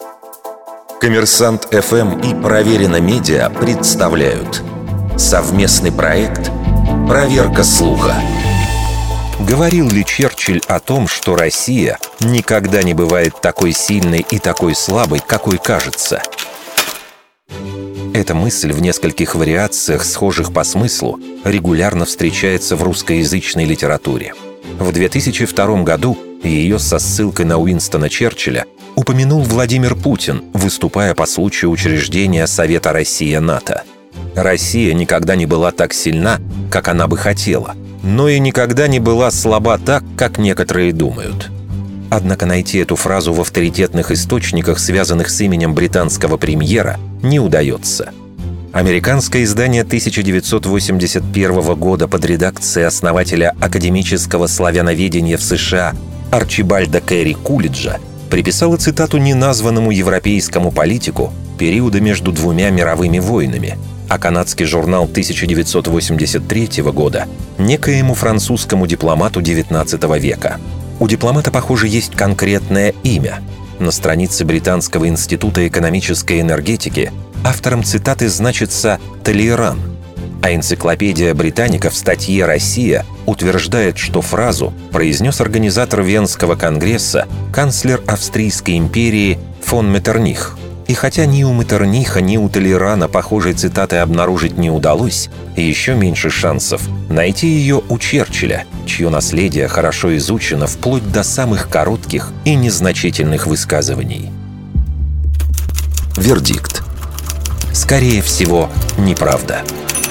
Коммерсант ФМ и Проверено Медиа представляют совместный проект «Проверка слуха». Говорил ли Черчилль о том, что Россия никогда не бывает такой сильной и такой слабой, какой кажется? Эта мысль в нескольких вариациях, схожих по смыслу, регулярно встречается в русскоязычной литературе. В 2002 году ее со ссылкой на Уинстона Черчилля упомянул Владимир Путин, выступая по случаю учреждения Совета Россия-НАТО. Россия никогда не была так сильна, как она бы хотела, но и никогда не была слаба так, как некоторые думают. Однако найти эту фразу в авторитетных источниках, связанных с именем британского премьера, не удается. Американское издание 1981 года под редакцией основателя академического славяноведения в США Арчибальда Кэрри Кулиджа приписала цитату неназванному европейскому политику периода между двумя мировыми войнами, а канадский журнал 1983 года некоему французскому дипломату XIX века. У дипломата, похоже, есть конкретное имя. На странице Британского института экономической энергетики автором цитаты значится Толейран, а энциклопедия Британика в статье «Россия» утверждает, что фразу произнес организатор Венского конгресса, канцлер Австрийской империи фон Меттерних. И хотя ни у Меттерниха, ни у Толейрана похожей цитаты обнаружить не удалось, еще меньше шансов найти ее у Черчилля, чье наследие хорошо изучено вплоть до самых коротких и незначительных высказываний. Вердикт. Скорее всего, неправда.